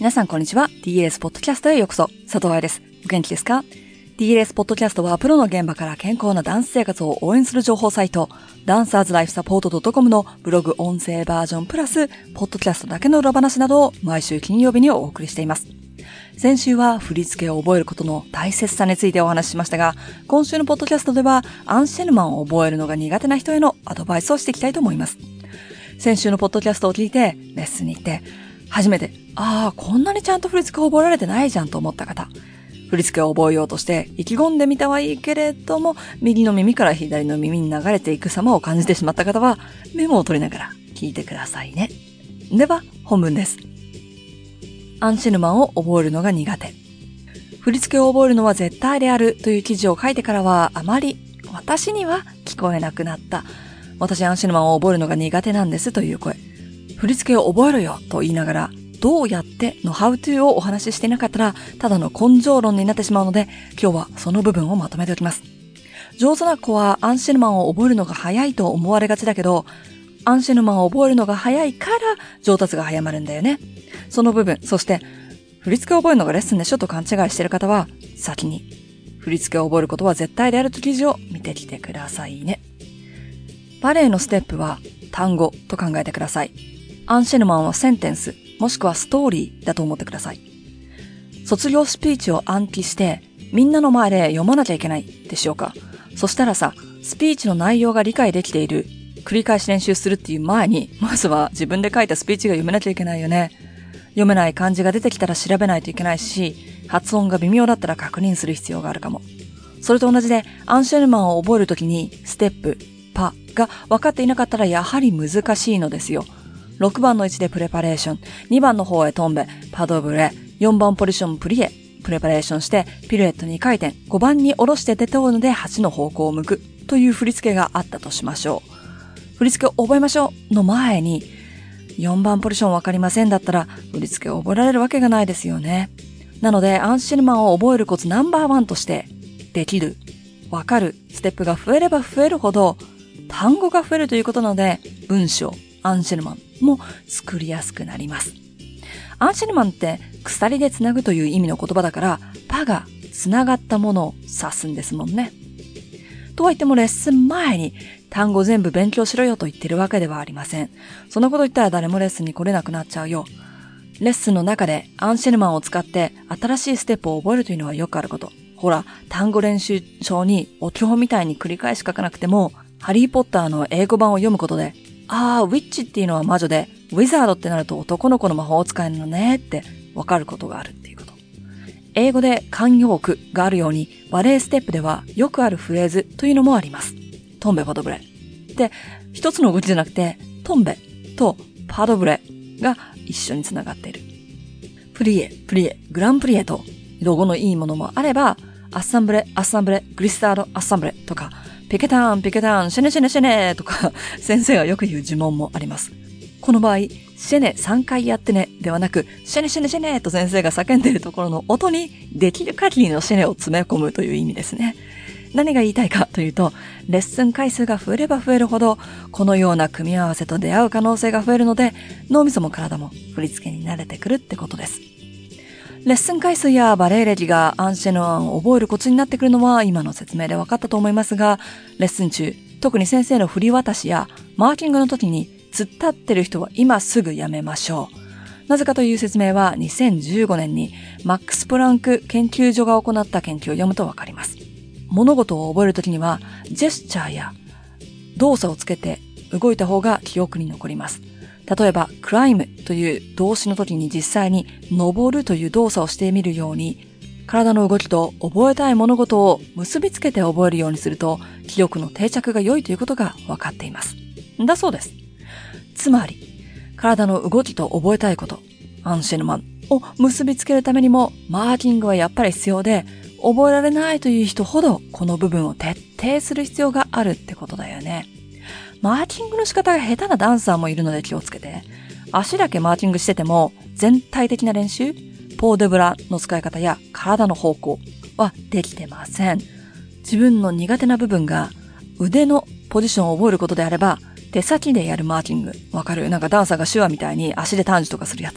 皆さんこんにちは。DLS ポッドキャストへようこそ。佐藤愛です。お元気ですか？ DLS ポッドキャストはプロの現場から健康なダンス生活を応援する情報サイト、ダンサーズライフサポート .com のブログ音声バージョンプラス、ポッドキャストだけの裏話などを毎週金曜日にお送りしています。先週は振り付けを覚えることの大切さについてお話ししましたが、今週のポッドキャストではアンシェヌマンを覚えるのが苦手な人へのアドバイスをしていきたいと思います。先週のポッドキャストを聞いて、レッスンに行って、初めて、こんなにちゃんと振り付けを覚えられてないじゃんと思った方。振り付けを覚えようとして意気込んでみたはいいけれども、右の耳から左の耳に流れていく様を感じてしまった方は、メモを取りながら聞いてくださいね。では、本文です。アンシェヌマンを覚えるのが苦手。振り付けを覚えるのは絶対であるという記事を書いてからは、あまり私には聞こえなくなった。私アンシェヌマンを覚えるのが苦手なんですという声。振り付けを覚えろよと言いながら、どうやっての How to をお話ししていなかったら、ただの根性論になってしまうので、今日はその部分をまとめておきます。上手な子はアンシェヌマンを覚えるのが早いと思われがちだけど、アンシェヌマンを覚えるのが早いから上達が早まるんだよね。その部分、そして振り付けを覚えるのがレッスンでしょと勘違いしている方は、先に振り付けを覚えることは絶対であると記事を見てきてくださいね。バレエのステップは単語と考えてください。アンシェヌマンはセンテンス、もしくはストーリーだと思ってください。卒業スピーチを暗記して、みんなの前で読まなきゃいけないでしょうか。そしたらさ、スピーチの内容が理解できている、繰り返し練習するっていう前に、まずは自分で書いたスピーチが読めなきゃいけないよね。読めない漢字が出てきたら調べないといけないし、発音が微妙だったら確認する必要があるかも。それと同じで、アンシェヌマンを覚えるときに、ステップ、パが分かっていなかったらやはり難しいのですよ。6番の位置でプレパレーション、2番の方へトンベ、パドブレ、4番ポジションプリエ、プレパレーションしてピルエット2回転、5番に下ろして出ておるので8の方向を向くという振り付けがあったとしましょう。振り付けを覚えましょうの前に、4番ポジションわかりませんだったら振り付けを覚えられるわけがないですよね。なのでアンシェヌマンを覚えるコツナンバー1として、できる、わかるステップが増えれば増えるほど単語が増えるということなので、文章、アンシェヌマンも作りやすくなります。アンシェヌマンって鎖でつなぐという意味の言葉だから、パがつながったものを指すんですもんね。とは言ってもレッスン前に単語全部勉強しろよと言ってるわけではありません。そんなこと言ったら誰もレッスンに来れなくなっちゃうよ。レッスンの中でアンシェヌマンを使って新しいステップを覚えるというのはよくあること。ほら、単語練習帳にお経みたいに繰り返し書かなくても、ハリーポッターの英語版を読むことで、ウィッチっていうのは魔女で、ウィザードってなると男の子の魔法使いなのねってわかることがあるっていうこと。英語で慣用句があるように、バレエステップではよくあるフレーズというのもあります。トンベパドブレ。で、一つの動きじゃなくて、トンベとパドブレが一緒につながっている。プリエ、グランプリエとロゴのいいものもあれば、アッサンブレ、グリスタード、アッサンブレとか、ピケターン、シェネとか、先生がよく言う呪文もあります。この場合、シェネ3回やってねではなく、シェネと先生が叫んでいるところの音にできる限りのシェネを詰め込むという意味ですね。何が言いたいかというと、レッスン回数が増えれば増えるほど、このような組み合わせと出会う可能性が増えるので、脳みそも体も振り付けに慣れてくるってことです。レッスン回数やバレエ歴がアンシェヌマンを覚えるコツになってくるのは今の説明で分かったと思いますが、レッスン中、特に先生の振り渡しやマーキングの時に突っ立ってる人は今すぐやめましょう。なぜかという説明は2015年にマックス・プランク研究所が行った研究を読むと分かります。物事を覚えるときにはジェスチャーや動作をつけて動いた方が記憶に残ります。例えば、クライムという動詞の時に実際に登るという動作をしてみるように、体の動きと覚えたい物事を結びつけて覚えるようにすると、記憶の定着が良いということが分かっています。だそうです。つまり、体の動きと覚えたいこと、アンシェヌマンを結びつけるためにも、マーキングはやっぱり必要で、覚えられないという人ほど、この部分を徹底する必要があるってことだよね。マーキングの仕方が下手なダンサーもいるので気をつけて。足だけマーキングしてても全体的な練習、ポーデブラの使い方や体の方向はできてません。自分の苦手な部分が腕のポジションを覚えることであれば、手先でやるマーキング。わかる？なんかダンサーが手話みたいに足でタンジとかするやつ。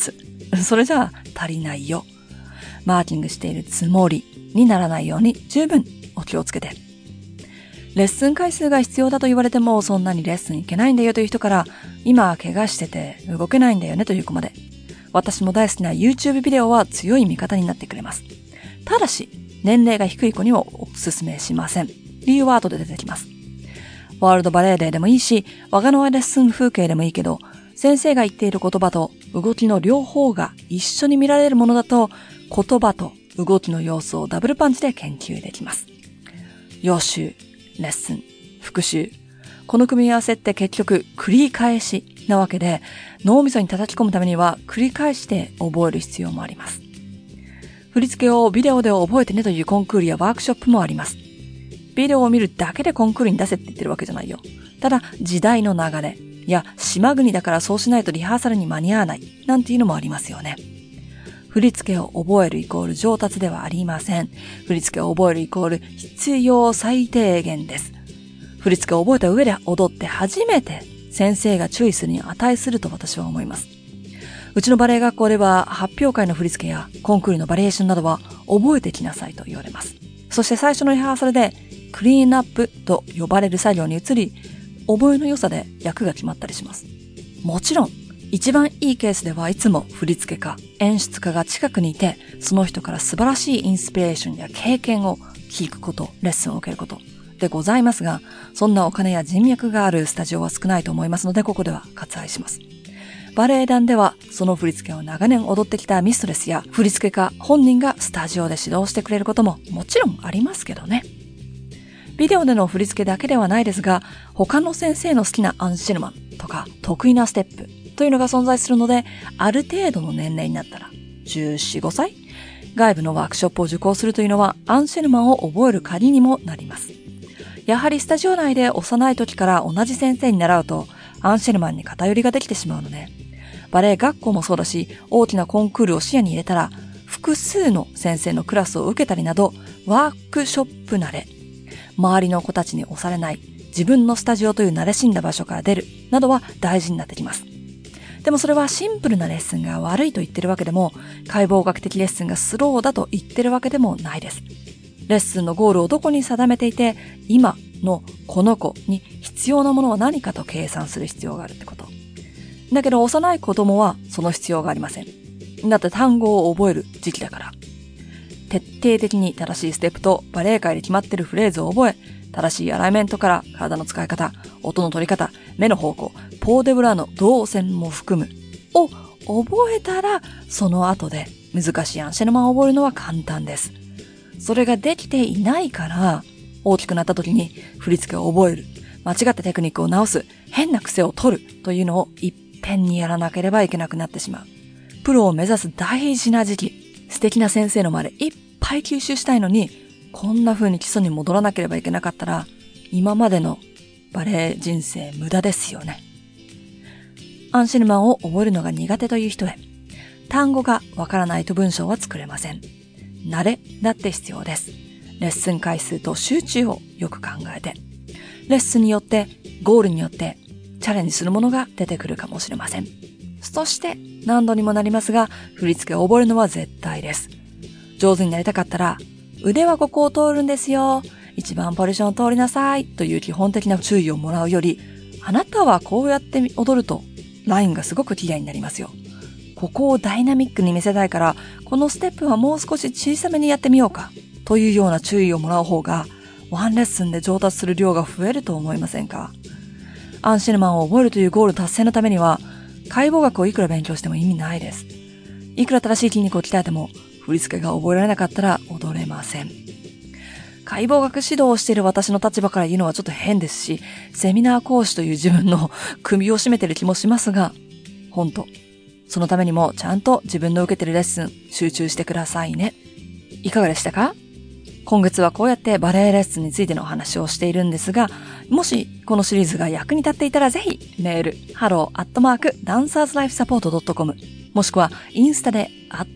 それじゃあ足りないよ。マーキングしているつもりにならないように十分お気をつけて。レッスン回数が必要だと言われてもそんなにレッスン行けないんだよという人から、今怪我してて動けないんだよねという子まで、私も大好きな YouTube ビデオは強い味方になってくれます。ただし年齢が低い子にはお勧めしません。理由は後で出てきます。ワールドバレエデーでもいいし、我がのレッスン風景でもいいけど、先生が言っている言葉と動きの両方が一緒に見られるものだと、言葉と動きの様子をダブルパンチで研究できます。予習、レッスン、復習。この組み合わせって結局繰り返しなわけで、脳みそに叩き込むためには繰り返して覚える必要もあります。振り付けをビデオで覚えてねというコンクールやワークショップもあります。ビデオを見るだけでコンクールに出せって言ってるわけじゃないよ。ただ時代の流れや島国だからそうしないとリハーサルに間に合わないなんていうのもありますよね。振り付けを覚えるイコール上達ではありません。振り付けを覚えるイコール必要最低限です。振り付けを覚えた上で踊って初めて先生が注意するに値すると私は思います。うちのバレエ学校では発表会の振り付けやコンクールのバリエーションなどは覚えてきなさいと言われます。そして最初のリハーサルでクリーンアップと呼ばれる作業に移り、覚えの良さで役が決まったりします。もちろん一番いいケースではいつも振り付け家、演出家が近くにいて、その人から素晴らしいインスピレーションや経験を聞くこと、レッスンを受けることでございますが、そんなお金や人脈があるスタジオは少ないと思いますので、ここでは割愛します。バレエ団ではその振り付けを長年踊ってきたミストレスや振り付け家本人がスタジオで指導してくれることももちろんありますけどね。ビデオでの振り付けだけではないですが、他の先生の好きなアンシェルマンとか得意なステップというのが存在するので、ある程度の年齢になったら、14、5歳外部のワークショップを受講するというのはアンシェルマンを覚える鍵にもなります。やはりスタジオ内で幼い時から同じ先生に習うと、アンシェルマンに偏りができてしまうので、バレエ学校もそうだし、大きなコンクールを視野に入れたら、複数の先生のクラスを受けたりなど、ワークショップ慣れ、周りの子たちに押されない、自分のスタジオという慣れしんだ場所から出る、などは大事になってきます。でもそれはシンプルなレッスンが悪いと言ってるわけでも、解剖学的レッスンがスローだと言ってるわけでもないです。レッスンのゴールをどこに定めていて、今のこの子に必要なものは何かと計算する必要があるってこと。だけど幼い子供はその必要がありません。だって単語を覚える時期だから。徹底的に正しいステップとバレエ界で決まってるフレーズを覚え、正しいアライメントから体の使い方、音の取り方、目の方向、ポーデブラの動線も含むを覚えたら、その後で難しいアンシェルマンを覚えるのは簡単です。それができていないから、大きくなった時に振り付けを覚える、間違ったテクニックを直す、変な癖を取るというのをいっぺんにやらなければいけなくなってしまう。プロを目指す大事な時期、素敵な先生の前でいっぱい吸収したいのに、こんな風に基礎に戻らなければいけなかったら、今までのバレエ人生無駄ですよね。アンシェルマンを覚えるのが苦手という人へ、単語がわからないと文章は作れません。慣れだって必要です。レッスン回数と集中をよく考えて、レッスンによって、ゴールによってチャレンジするものが出てくるかもしれません。そして何度にもなりますが、振り付けを覚えるのは絶対です。上手になりたかったら、腕はここを通るんですよ。一番ポジションを通りなさいという基本的な注意をもらうより、あなたはこうやって踊るとラインがすごく綺麗になりますよ。ここをダイナミックに見せたいから、このステップはもう少し小さめにやってみようかというような注意をもらう方が、ワンレッスンで上達する量が増えると思いませんか？アンシェルマンを覚えるというゴール達成のためには、解剖学をいくら勉強しても意味ないです。いくら正しい筋肉を鍛えても、振り付けが覚えられなかったら踊れません。解剖学指導をしている私の立場から言うのはちょっと変ですし、セミナー講師という自分の首を絞めてる気もしますが、本当、そのためにもちゃんと自分の受けてるレッスン集中してくださいね。いかがでしたか？今月はこうやってバレエレッスンについてのお話をしているんですが、もしこのシリーズが役に立っていたらぜひメール、hello@dancerslifesupport.com もしくはインスタで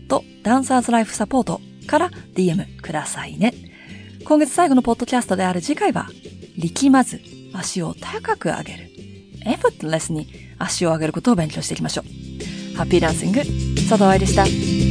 @dancerslifesupport から DM くださいね。今月最後のポッドキャストである次回は、力まず足を高く上げる。effortless に足を上げることを勉強していきましょう。 ハッピーダンシング、佐藤愛でした。